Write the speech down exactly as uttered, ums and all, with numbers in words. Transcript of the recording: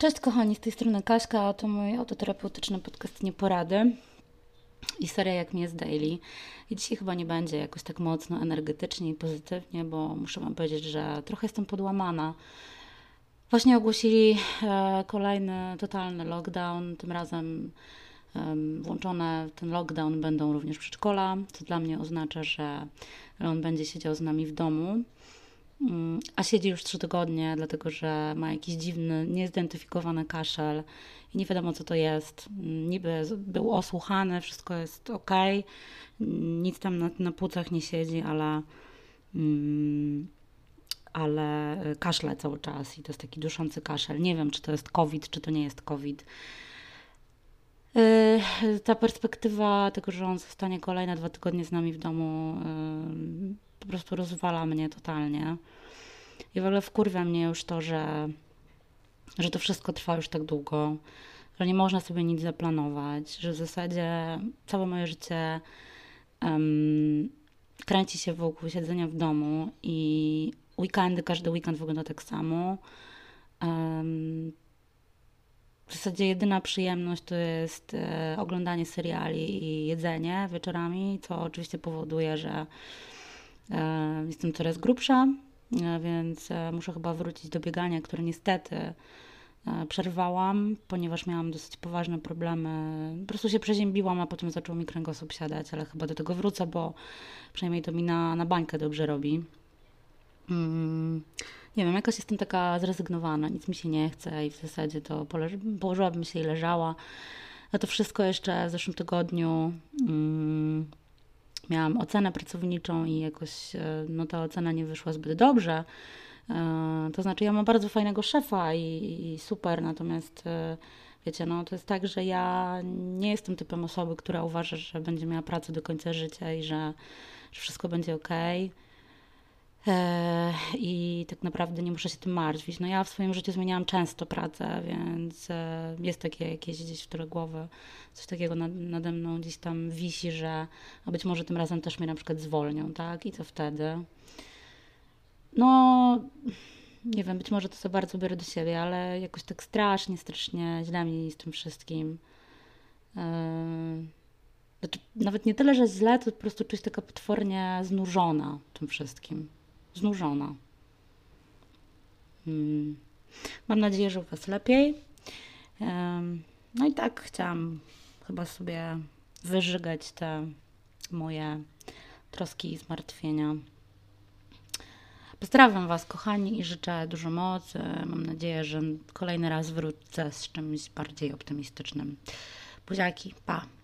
Cześć kochani, z tej strony Kaśka, to mój autoterapeutyczny podcast Nieporady i seria Jak mi jest daily. I dzisiaj chyba nie będzie jakoś tak mocno energetycznie i pozytywnie, bo muszę wam powiedzieć, że trochę jestem podłamana. Właśnie ogłosili e, kolejny totalny lockdown, tym razem em, włączone w ten lockdown będą również przedszkola, co dla mnie oznacza, że on będzie siedział z nami w domu. Mm, A siedzi już trzy tygodnie, dlatego że ma jakiś dziwny, niezidentyfikowany kaszel i nie wiadomo co to jest. Mm, Niby z- był osłuchany, wszystko jest ok, nic tam na, na płucach nie siedzi, ale, mm, ale kaszle cały czas i to jest taki duszący kaszel. Nie wiem, czy to jest COVID, czy to nie jest COVID. Yy, Ta perspektywa tego, że on zostanie kolejne dwa tygodnie z nami w domu, yy, po prostu rozwala mnie totalnie. I w ogóle wkurwia mnie już to, że, że to wszystko trwa już tak długo, że nie można sobie nic zaplanować, że w zasadzie całe moje życie em, kręci się wokół siedzenia w domu i weekendy, każdy weekend wygląda tak samo. Em, w zasadzie jedyna przyjemność to jest e, oglądanie seriali i jedzenie wieczorami, co oczywiście powoduje, że e, jestem coraz grubsza, e, więc e, muszę chyba wrócić do biegania, które niestety e, przerwałam, ponieważ miałam dosyć poważne problemy. Po prostu się przeziębiłam, a potem zaczął mi kręgosłup siadać, ale chyba do tego wrócę, bo przynajmniej to mi na, na bańkę dobrze robi. Mm, nie wiem, jakoś jestem taka zrezygnowana, nic mi się nie chce i w zasadzie to poleż- położyłabym się i leżała. A to wszystko jeszcze w zeszłym tygodniu mm, miałam ocenę pracowniczą i jakoś e, no, ta ocena nie wyszła zbyt dobrze. E, To znaczy ja mam bardzo fajnego szefa i, i super, natomiast e, wiecie, no to jest tak, że ja nie jestem typem osoby, która uważa, że będzie miała pracę do końca życia i że, że wszystko będzie ok. E, I tak naprawdę nie muszę się tym martwić. No ja w swoim życiu zmieniałam często pracę, więc e, jest takie jakieś gdzieś w tyle głowy, coś takiego nad, nade mną gdzieś tam wisi, że a być może tym razem też mnie na przykład zwolnią, tak? I co wtedy? No, nie wiem, być może to za bardzo biorę do siebie, ale jakoś tak strasznie, strasznie źle mi z tym wszystkim. E, Znaczy, nawet nie tyle, że źle, to po prostu czuć taka potwornie znużona tym wszystkim. Znużona. Mm. Mam nadzieję, że u Was lepiej. Em, No i tak chciałam chyba sobie wyżygać te moje troski i zmartwienia. Pozdrawiam Was, kochani, i życzę dużo mocy. Mam nadzieję, że kolejny raz wrócę z czymś bardziej optymistycznym. Buziaki, pa!